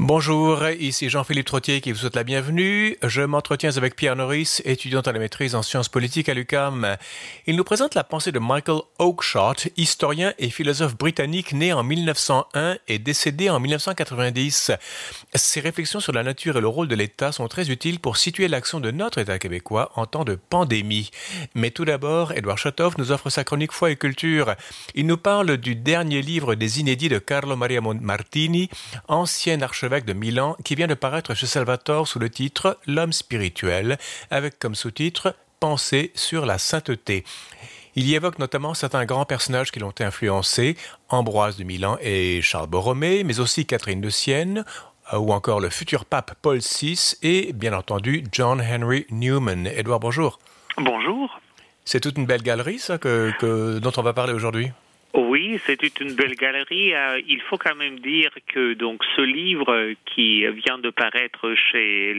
Bonjour, ici Jean-Philippe Trottier qui vous souhaite la bienvenue. Je m'entretiens avec Pierre Norris, étudiant à la maîtrise en sciences politiques à l'UQAM. Il nous présente la pensée de Michael Oakeshott, historien et philosophe britannique né en 1901 et décédé en 1990. Ses réflexions sur la nature et le rôle de l'État sont très utiles pour situer l'action de notre État québécois en temps de pandémie. Mais tout d'abord, Édouard Chotoff nous offre sa chronique Foi et Culture. Il nous parle du dernier livre des inédits de Carlo Maria Martini, ancien archevêque de Milan, qui vient de paraître chez Salvatore sous le titre « L'homme spirituel », avec comme sous-titre « Pensée sur la sainteté ». Il y évoque notamment certains grands personnages qui l'ont influencé, Ambroise de Milan et Charles Borromée, mais aussi Catherine de Sienne, ou encore le futur pape Paul VI et, bien entendu, John Henry Newman. Édouard, bonjour. Bonjour. C'est toute une belle galerie, ça, dont on va parler aujourd'hui. Oui, c'était une belle galerie. Il faut quand même dire que donc ce livre qui vient de paraître chez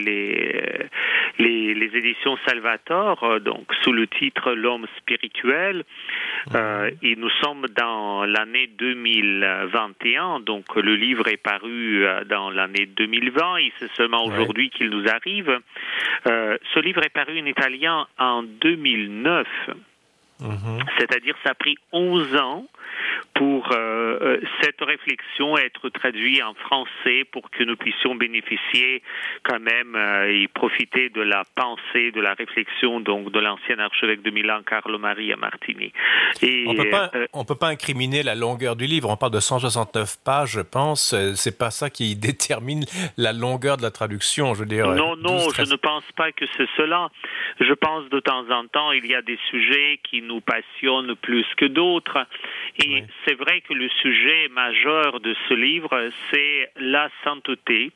les éditions Salvatore, donc sous le titre L'homme spirituel, et nous sommes dans l'année 2021, donc le livre est paru dans l'année 2020 et c'est seulement aujourd'hui qu'il nous arrive. Ce livre est paru en italien en 2009. C'est-à-dire ça a pris 11 ans pour cette réflexion être traduite en français pour que nous puissions bénéficier quand même et profiter de la pensée, de la réflexion donc de l'ancien archevêque de Milan, Carlo Maria Martini. Et, on peut pas incriminer la longueur du livre. On parle de 169 pages, je pense. C'est pas ça qui détermine la longueur de la traduction, je veux dire. Non, je ne pense pas que c'est cela. Je pense de temps en temps, il y a des sujets qui nous passionnent plus que d'autres. Et c'est vrai que le sujet majeur de ce livre, c'est la sainteté,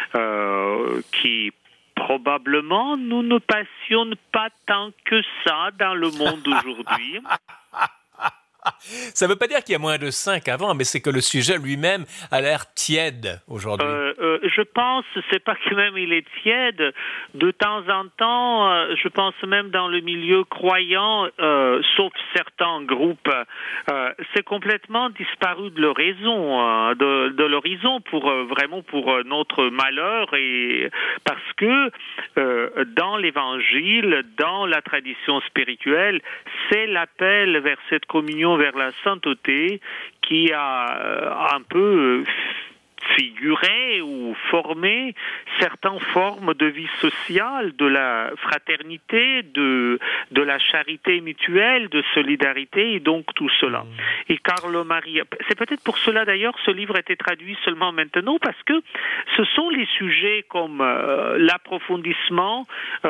qui probablement nous ne passionne pas tant que ça dans le monde d'aujourd'hui. Ça ne veut pas dire qu'il y a moins de saints qu'avant, mais c'est que le sujet lui-même a l'air tiède aujourd'hui. Je pense, c'est pas que même il est tiède. De temps en temps, je pense même dans le milieu croyant, sauf certains groupes, c'est complètement disparu de l'horizon, de l'horizon vraiment pour notre malheur et parce que dans l'Évangile, dans la tradition spirituelle, c'est l'appel vers cette communion vers la sainteté qui a un peu figuré ou formé certaines formes de vie sociale, de la fraternité, de la charité mutuelle, de solidarité, et donc tout cela. Et Carlo Maria, c'est peut-être pour cela d'ailleurs ce livre a été traduit seulement maintenant, parce que ce sont les sujets comme l'approfondissement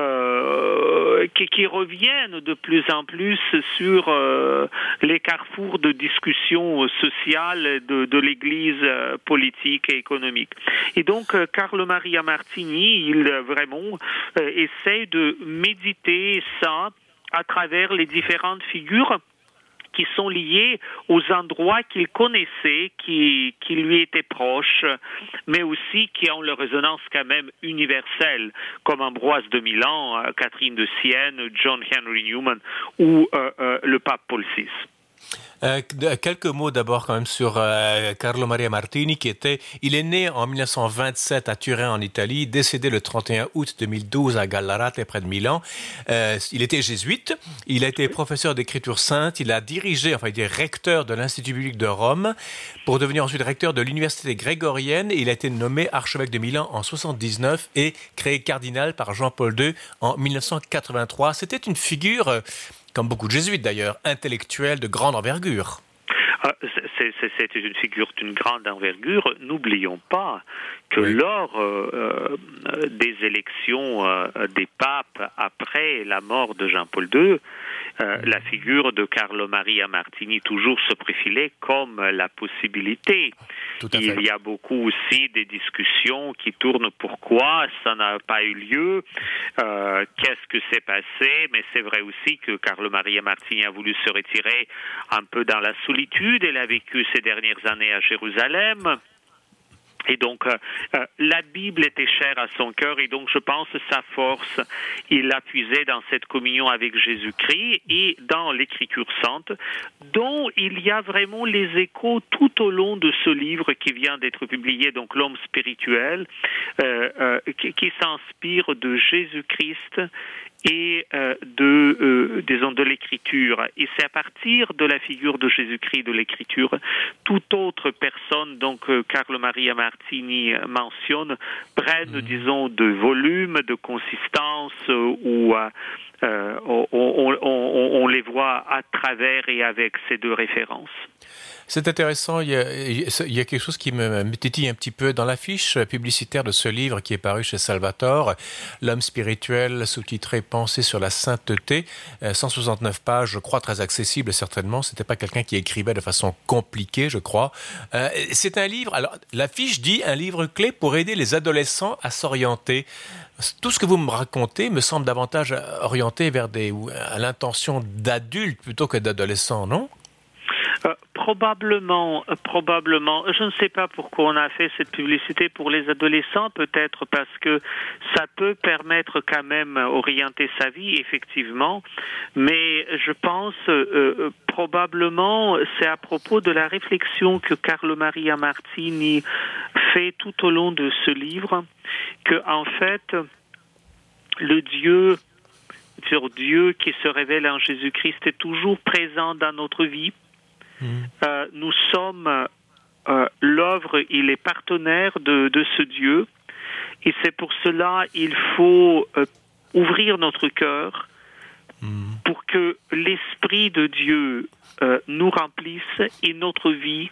qui reviennent de plus en plus sur les carrefours de discussion sociale de l'Église politique et économique. Et donc, Carlo Maria Martini, il vraiment essaie de méditer ça à travers les différentes figures qui sont liées aux endroits qu'il connaissait, qui lui étaient proches, mais aussi qui ont leur résonance quand même universelle, comme Ambroise de Milan, Catherine de Sienne, John Henry Newman ou le pape Paul VI. Quelques mots d'abord quand même sur Carlo Maria Martini il est né en 1927 à Turin en Italie, décédé le 31 août 2012 à Gallarate près de Milan. Il était jésuite, il a été professeur d'écriture sainte, il est recteur de l'Institut biblique de Rome pour devenir ensuite recteur de l'Université grégorienne et il a été nommé archevêque de Milan en 1979 et créé cardinal par Jean-Paul II en 1983. C'était une figure comme beaucoup de jésuites d'ailleurs, intellectuels de grande envergure. C'est une figure d'une grande envergure. N'oublions pas que lors des élections des papes après la mort de Jean-Paul II, la figure de Carlo Maria Martini toujours se profilait comme la possibilité. Il y a beaucoup aussi des discussions qui tournent pourquoi ça n'a pas eu lieu, qu'est-ce que s'est passé, mais c'est vrai aussi que Carlo Maria Martini a voulu se retirer un peu dans la solitude. Elle a vécu ces dernières années à Jérusalem. Et donc, la Bible était chère à son cœur, et donc je pense que sa force, il l'a puisée dans cette communion avec Jésus-Christ et dans l'Écriture sainte, dont il y a vraiment les échos tout au long de ce livre qui vient d'être publié, donc l'homme spirituel, qui s'inspire de Jésus-Christ et de l'Écriture. Et c'est à partir de la figure de Jésus-Christ de l'Écriture, toute autre personne, donc Carlo Maria Martini mentionne, prennent, disons, de volume, de consistance, où on les voit à travers et avec ces deux références. C'est intéressant, il y a quelque chose qui me titille un petit peu dans l'affiche publicitaire de ce livre qui est paru chez Salvatore, L'homme spirituel, sous-titré Pensée sur la sainteté, 169 pages, je crois très accessible certainement, c'était pas quelqu'un qui écrivait de façon compliquée, je crois. C'est un livre, alors l'affiche dit un livre clé pour aider les adolescents à s'orienter. Tout ce que vous me racontez me semble davantage orienté vers à l'intention d'adultes plutôt que d'adolescents, non? Probablement. Je ne sais pas pourquoi on a fait cette publicité pour les adolescents, peut-être parce que ça peut permettre quand même orienter sa vie, effectivement, mais je pense probablement c'est à propos de la réflexion que Carlo Maria Martini fait tout au long de ce livre, que en fait, le Dieu qui se révèle en Jésus-Christ est toujours présent dans notre vie. Nous sommes l'œuvre, il est partenaire de ce Dieu, et c'est pour cela il faut ouvrir notre cœur pour que l'Esprit de Dieu nous remplisse et notre vie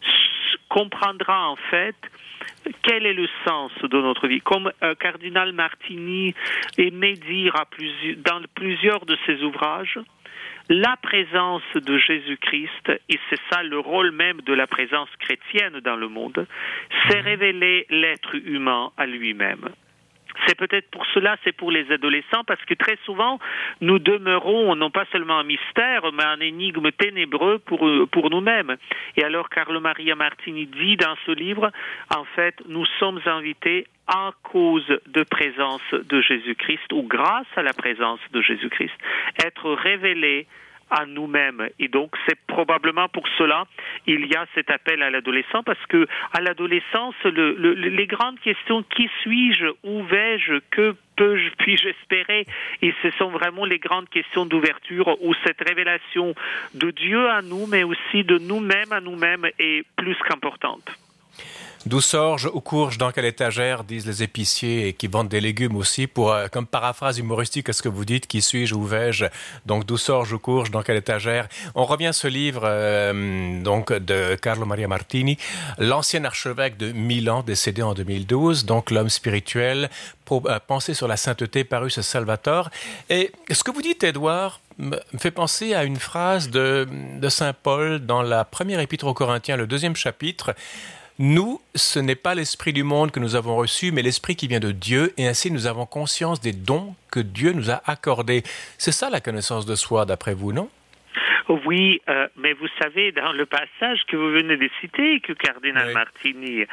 comprendra en fait quel est le sens de notre vie. Comme Cardinal Martini aimait dire dans plusieurs de ses ouvrages, la présence de Jésus-Christ, et c'est ça le rôle même de la présence chrétienne dans le monde, c'est révéler l'être humain à lui-même. C'est peut-être pour cela, c'est pour les adolescents, parce que très souvent, nous demeurons non pas seulement un mystère, mais un énigme ténébreux pour nous-mêmes. Et alors, Carlo Maria Martini dit dans ce livre, en fait, nous sommes invités à cause de présence de Jésus-Christ, ou grâce à la présence de Jésus-Christ, être révélés à nous-mêmes. Et donc, c'est probablement pour cela il y a cet appel à l'adolescent, parce que à l'adolescence, les grandes questions, qui suis-je, où vais-je, que puis-je espérer, et ce sont vraiment les grandes questions d'ouverture où cette révélation de Dieu à nous, mais aussi de nous-mêmes à nous-mêmes est plus qu'importante. D'où sors-je, où cours-je, dans quelle étagère, disent les épiciers et qui vendent des légumes aussi, pour comme paraphrase humoristique à ce que vous dites, qui suis-je, où vais-je, donc d'où sors-je, où cours-je, dans quelle étagère. On revient à ce livre donc de Carlo Maria Martini, l'ancien archevêque de Milan, décédé en 2012, donc l'homme spirituel, Pensée sur la sainteté, paru chez Salvatore. Et ce que vous dites, Édouard, me fait penser à une phrase de saint Paul dans la première épître aux Corinthiens, le 2e chapitre. Nous, ce n'est pas l'esprit du monde que nous avons reçu, mais l'esprit qui vient de Dieu, et ainsi nous avons conscience des dons que Dieu nous a accordés. C'est ça la connaissance de soi, d'après vous, non? Oui, mais vous savez, dans le passage que vous venez de citer, que Cardinal Martini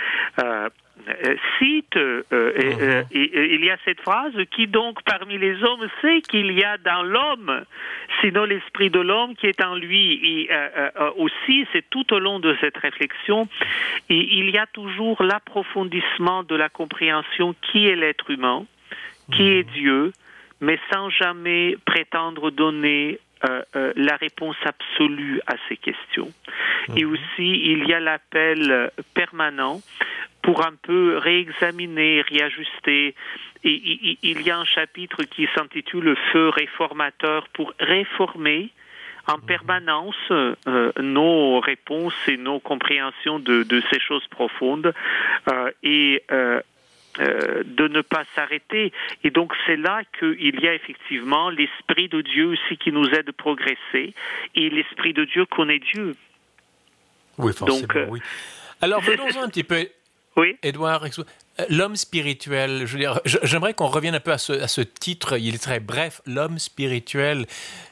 cite, il y a cette phrase, qui donc parmi les hommes sait qu'il y a dans l'homme, sinon l'esprit de l'homme qui est en lui. Et aussi, c'est tout au long de cette réflexion, et il y a toujours l'approfondissement de la compréhension qui est l'être humain, qui est Dieu, mais sans jamais prétendre donner la réponse absolue à ces questions. Et aussi, il y a l'appel permanent pour un peu réexaminer, réajuster. Et il y a un chapitre qui s'intitule « Le feu réformateur » pour réformer en permanence nos réponses et nos compréhensions de ces choses profondes et de ne pas s'arrêter. Et donc c'est là qu'il y a effectivement l'Esprit de Dieu aussi qui nous aide à progresser, et l'Esprit de Dieu connaît Dieu. Oui, forcément, oui. Alors venons-en un petit peu, oui. Édouard, l'homme spirituel, je veux dire, j'aimerais qu'on revienne un peu à ce titre, il est très bref, l'homme spirituel,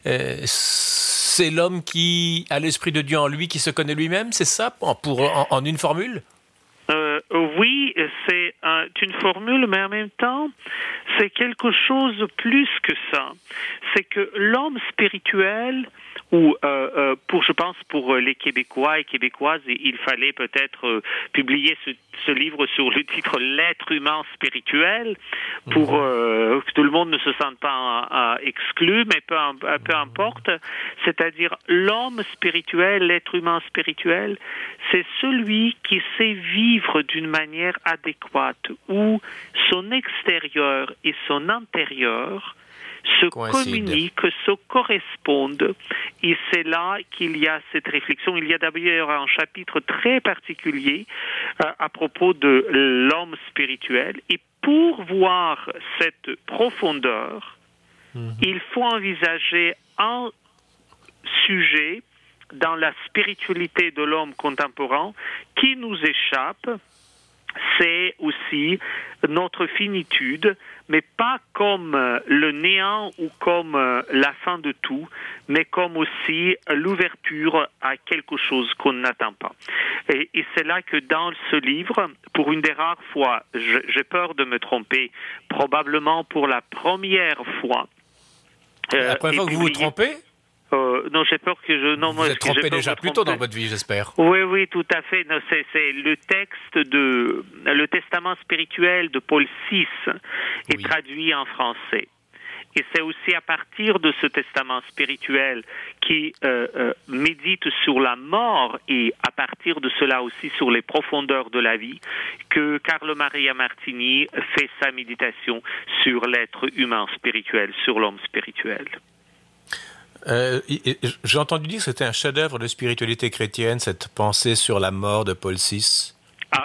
c'est l'homme qui a l'Esprit de Dieu en lui, qui se connaît lui-même, c'est ça, en une formule? oui, c'est une formule, mais en même temps, c'est quelque chose plus que ça. C'est que l'homme spirituel, ou je pense pour les Québécois et Québécoises, il fallait peut-être publier ce livre sur le titre L'être humain spirituel pour que tout le monde ne se sente pas exclu, mais peu importe. C'est-à-dire l'homme spirituel, l'être humain spirituel, c'est celui qui sait vivre d'une manière adéquate, où son extérieur et son intérieur se communiquent, se correspondent, et c'est là qu'il y a cette réflexion. Il y a d'ailleurs un chapitre très particulier à propos de l'homme spirituel, et pour voir cette profondeur, il faut envisager un sujet dans la spiritualité de l'homme contemporain qui nous échappe. C'est aussi notre finitude, mais pas comme le néant ou comme la fin de tout, mais comme aussi l'ouverture à quelque chose qu'on n'attend pas. Et c'est là que dans ce livre, pour une des rares fois, j'ai peur de me tromper, probablement pour la première fois. La première fois que vous vous trompez ? Non, j'ai peur que je... Non, vous êtes trompé déjà plus tôt dans votre vie, j'espère. Oui, tout à fait. Non, c'est le texte le testament spirituel de Paul VI est traduit en français. Et c'est aussi à partir de ce testament spirituel qui médite sur la mort et à partir de cela aussi sur les profondeurs de la vie que Carlo Maria Martini fait sa méditation sur l'être humain spirituel, sur l'homme spirituel. J'ai entendu dire que c'était un chef-d'œuvre de spiritualité chrétienne, cette pensée sur la mort de Paul VI. Ah,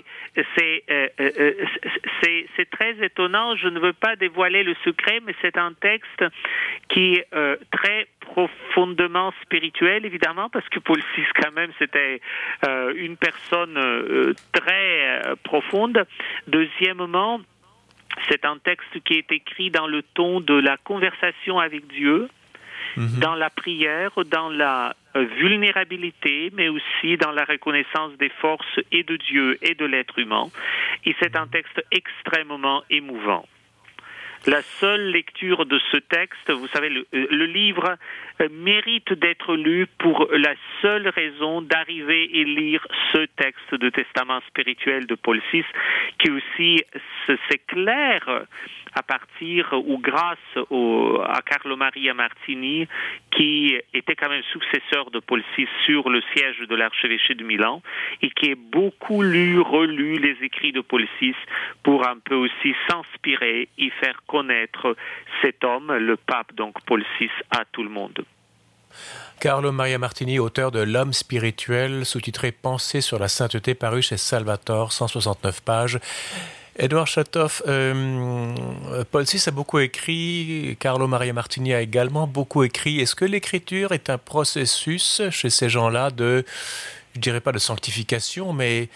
c'est très étonnant. Je ne veux pas dévoiler le secret, mais c'est un texte qui est très profondément spirituel, évidemment, parce que Paul VI, quand même, c'était une personne très profonde. Deuxièmement, c'est un texte qui est écrit dans le ton de la conversation avec Dieu, dans la prière, dans la vulnérabilité, mais aussi dans la reconnaissance des forces et de Dieu et de l'être humain. Et c'est un texte extrêmement émouvant. La seule lecture de ce texte, vous savez, le livre mérite d'être lu pour la seule raison d'arriver et lire ce texte de testament spirituel de Paul VI, qui aussi s'éclaire à partir ou grâce à Carlo Maria Martini, qui était quand même successeur de Paul VI sur le siège de l'archevêché de Milan et qui a beaucoup lu, relu les écrits de Paul VI pour un peu aussi s'inspirer et faire connaître cet homme, le pape, donc Paul VI, à tout le monde. Carlo Maria Martini, auteur de L'homme spirituel, sous-titré Pensée sur la sainteté, paru chez Salvatore, 169 pages. Édouard Chattoff, Paul VI a beaucoup écrit, Carlo Maria Martini a également beaucoup écrit. Est-ce que l'écriture est un processus chez ces gens-là de, je dirais pas de sanctification, mais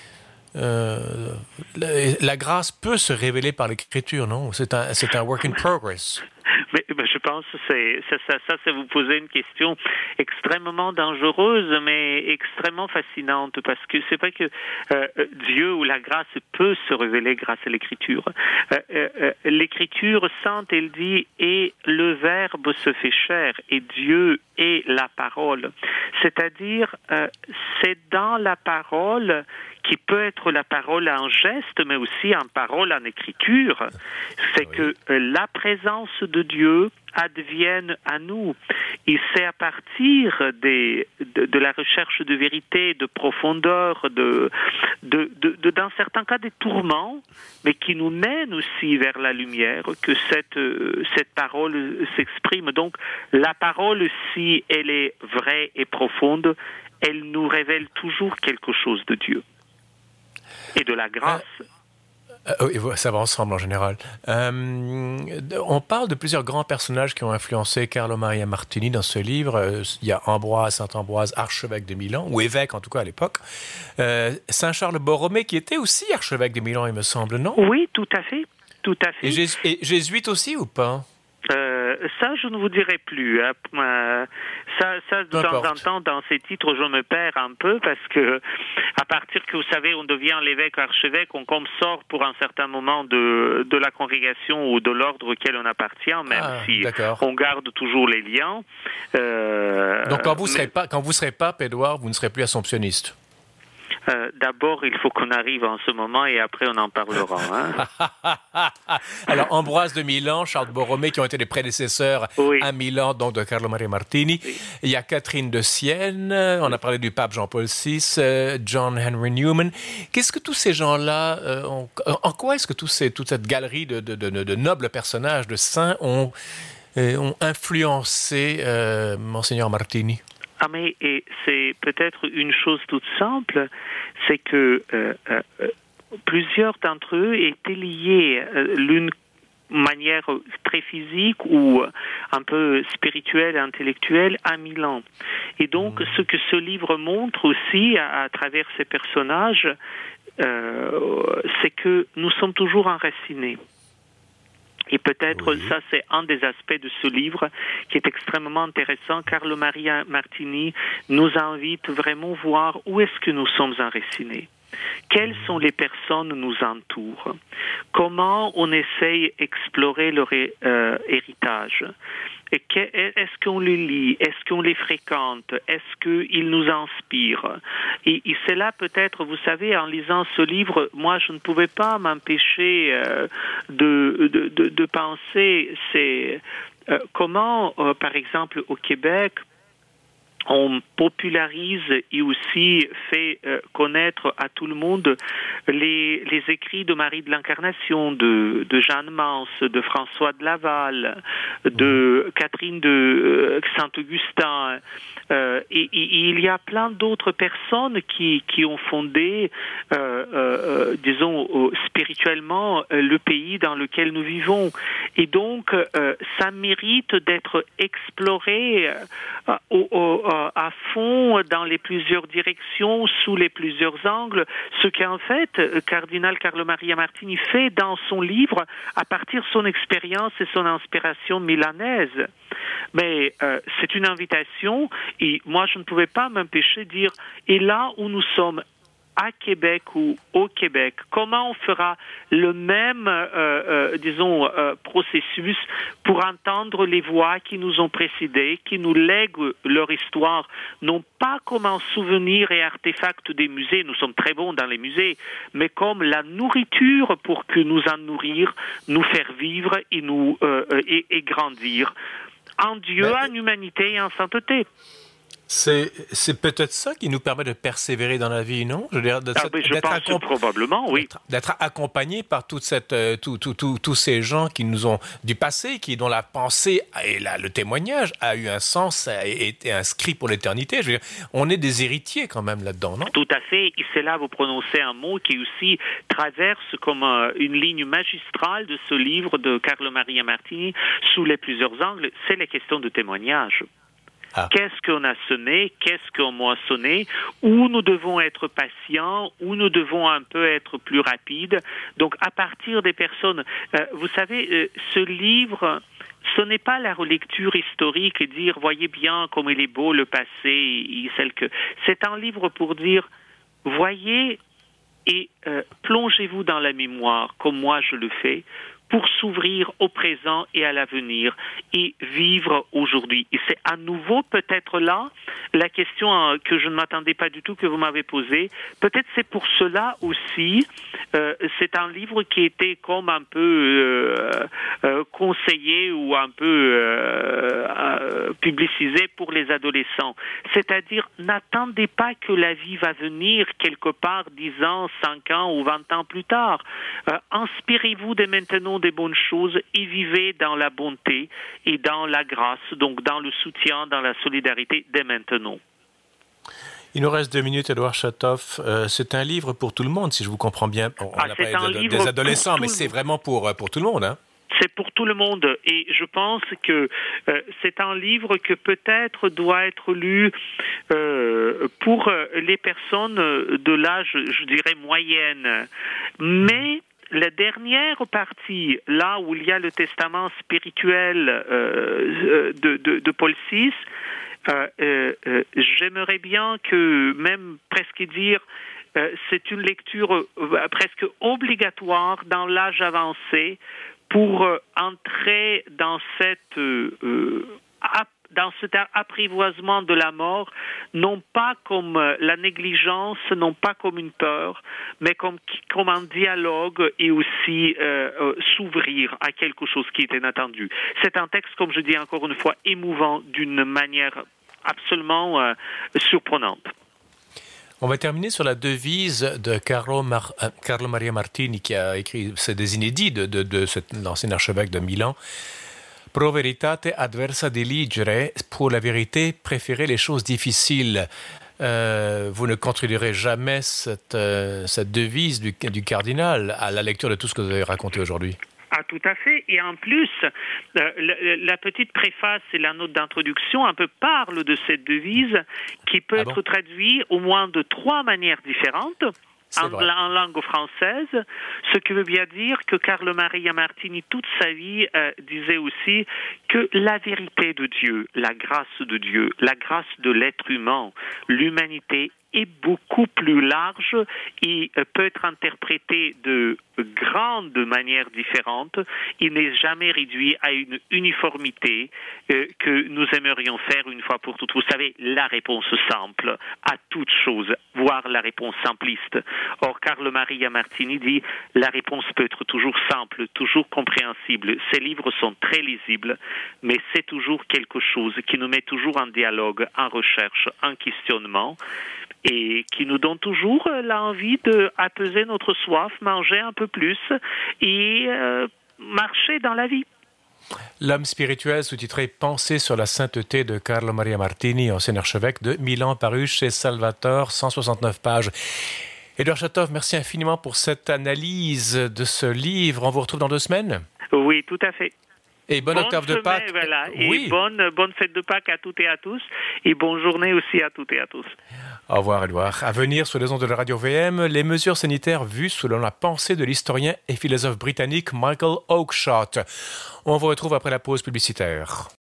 la grâce peut se révéler par l'écriture, non? C'est un work in progress. Mais je pense que c'est vous poser une question extrêmement dangereuse, mais extrêmement fascinante, parce que c'est pas que Dieu ou la grâce peut se révéler grâce à l'écriture. L'écriture sainte, elle dit « et le Verbe se fait chair » et Dieu est la parole. C'est-à-dire, c'est dans la parole qui peut être la parole en geste, mais aussi en parole en écriture, c'est que la présence de Dieu advienne à nous. Et c'est à partir de la recherche de vérité, de profondeur, dans certains cas des tourments, mais qui nous mènent aussi vers la lumière, que cette parole s'exprime. Donc la parole, si elle est vraie et profonde, elle nous révèle toujours quelque chose de Dieu et de la grâce. Ça va ensemble en général. On parle de plusieurs grands personnages qui ont influencé Carlo Maria Martini dans ce livre. Il y a Ambroise, Saint Ambroise, archevêque de Milan, ou évêque en tout cas à l'époque. Saint Charles Borromée qui était aussi archevêque de Milan, il me semble, non? Oui, tout à fait. Tout à fait. Et jésuite aussi ou pas? Ça, je ne vous dirai plus. Ça, de temps en temps, dans ces titres, je me perds un peu parce que, à partir que, vous savez, on devient l'évêque ou archevêque, on comme sort pour un certain moment de la congrégation ou de l'ordre auquel on appartient, même si on garde toujours les liens. Donc, quand vous serez pape, Édouard, vous ne serez plus assomptionniste. D'abord, il faut qu'on arrive en ce moment et après on en parlera. Hein. Alors, Ambroise de Milan, Charles Borromée, qui ont été les prédécesseurs à Milan, donc de Carlo Maria Martini. Oui. Il y a Catherine de Sienne, on a parlé du pape Jean-Paul VI, John Henry Newman. Qu'est-ce que tous ces gens-là, en quoi est-ce que toute cette galerie de nobles personnages, de saints, ont influencé Monseigneur Martini? Ah mais c'est peut-être une chose toute simple, c'est que plusieurs d'entre eux étaient liés l'une manière très physique ou un peu spirituelle et intellectuelle à Milan. Et donc ce que ce livre montre aussi à travers ces personnages, c'est que nous sommes toujours enracinés. Et peut-être ça, c'est un des aspects de ce livre qui est extrêmement intéressant. Carlo Maria Martini nous invite vraiment à voir où est-ce que nous sommes enracinés. Quelles sont les personnes qui nous entourent? Comment on essaye d'explorer leur héritage? Est-ce qu'on les lit? Est-ce qu'on les fréquente? Est-ce qu'ils nous inspirent? Et c'est là peut-être, vous savez, en lisant ce livre, moi je ne pouvais pas m'empêcher de penser, comment, par exemple, au Québec, on popularise et aussi fait connaître à tout le monde les écrits de Marie de l'Incarnation, de Jeanne Mance, de François de Laval, de Catherine de Saint-Augustin. Et il y a plein d'autres personnes qui ont fondé, disons, spirituellement, le pays dans lequel nous vivons. Et donc, ça mérite d'être exploré à fond dans les plusieurs directions, sous les plusieurs angles, ce qu'en fait cardinal Carlo Maria Martini fait dans son livre à partir de son expérience et son inspiration milanaise. Mais c'est une invitation et moi je ne pouvais pas m'empêcher de dire et là où nous sommes à Québec ou au Québec, comment on fera le même, processus pour entendre les voix qui nous ont précédés, qui nous lèguent leur histoire, non pas comme un souvenir et artefact des musées, nous sommes très bons dans les musées, mais comme la nourriture pour que nous en nourrir, nous faire vivre et nous et grandir en Dieu, en humanité et en sainteté. C'est peut-être ça qui nous permet de persévérer dans la vie, non? Je veux dire, je pense probablement, oui. D'être accompagné par tous ces gens qui nous ont du passé, dont la pensée et le témoignage a eu un sens, a été inscrit pour l'éternité. Je veux dire, on est des héritiers quand même là-dedans, non? Tout à fait. Et c'est là vous prononcez un mot qui aussi traverse comme une ligne magistrale de ce livre de Carlo Maria Martini sous les plusieurs angles. C'est la question de témoignage. Qu'est-ce qu'on a semé, qu'est-ce qu'on a moissonné, où nous devons être patients, où nous devons un peu être plus rapides. Donc, à partir des personnes, vous savez, ce livre, ce n'est pas la relecture historique et dire, voyez bien comme il est beau le passé, et celle que. C'est un livre pour dire, voyez et plongez-vous dans la mémoire, comme moi je le fais, pour s'ouvrir au présent et à l'avenir et vivre aujourd'hui. Et c'est à nouveau peut-être là la question que je ne m'attendais pas du tout que vous m'avez posée. Peut-être c'est pour cela aussi, c'est un livre qui était comme un peu conseillé ou un peu publicisé pour les adolescents. C'est-à-dire, n'attendez pas que la vie va venir quelque part 10 ans, 5 ans ou 20 ans plus tard. Inspirez-vous dès maintenant des bonnes choses et vivez dans la bonté et dans la grâce, donc dans le soutien, dans la solidarité dès maintenant. Il nous reste 2 minutes, Édouard Chattoff. C'est un livre pour tout le monde, si je vous comprends bien. On a parlé des adolescents, mais c'est vraiment pour tout le monde, hein? C'est pour tout le monde et je pense que c'est un livre que peut-être doit être lu pour les personnes de l'âge, je dirais, moyenne. Mais la dernière partie, là où il y a le testament spirituel de Paul VI, J'aimerais bien que même presque dire c'est une lecture presque obligatoire dans l'âge avancé pour entrer dans dans cet apprivoisement de la mort, non pas comme la négligence, non pas comme une peur, mais comme un dialogue et aussi s'ouvrir à quelque chose qui est inattendu. C'est un texte, comme je dis encore une fois, émouvant d'une manière absolument surprenante. On va terminer sur la devise de Carlo Maria Martini, qui a écrit, c'est des inédits de l'ancien archevêque de Milan. Pro veritate adversa diligere, pour la vérité, préférez les choses difficiles. Vous ne contredirez jamais cette devise du cardinal à la lecture de tout ce que vous avez raconté aujourd'hui. Ah, tout à fait. Et en plus, la petite préface et la note d'introduction un peu parlent de cette devise qui peut être traduite au moins de 3 manières différentes. En langue française, ce qui veut bien dire que Carlo Maria Martini, toute sa vie, disait aussi que la vérité de Dieu, la grâce de Dieu, la grâce de l'être humain, l'humanité est beaucoup plus large et peut être interprétée de grandes manières différentes. Il n'est jamais réduit à une uniformité que nous aimerions faire une fois pour toutes. Vous savez, la réponse simple à toute chose, voire la réponse simpliste. Or, Carlo Maria Martini dit la réponse peut être toujours simple, toujours compréhensible. Ces livres sont très lisibles, mais c'est toujours quelque chose qui nous met toujours en dialogue, en recherche, en questionnement, et qui nous donne toujours l'envie d'apaiser notre soif, manger un peu plus et marcher dans la vie. L'homme spirituel, sous-titré Pensée sur la sainteté de Carlo Maria Martini, ancien archevêque de Milan, paru chez Salvator, 169 pages. Édouard Chatov, merci infiniment pour cette analyse de ce livre. On vous retrouve dans 2 semaines? Oui, tout à fait. Et bonne octave de Pâques. Voilà. Et bonne fête de Pâques à toutes et à tous. Et bonne journée aussi à toutes et à tous. Au revoir, Édouard. À venir sur les ondes de la radio VM, les mesures sanitaires vues selon la pensée de l'historien et philosophe britannique Michael Oakeshott. On vous retrouve après la pause publicitaire.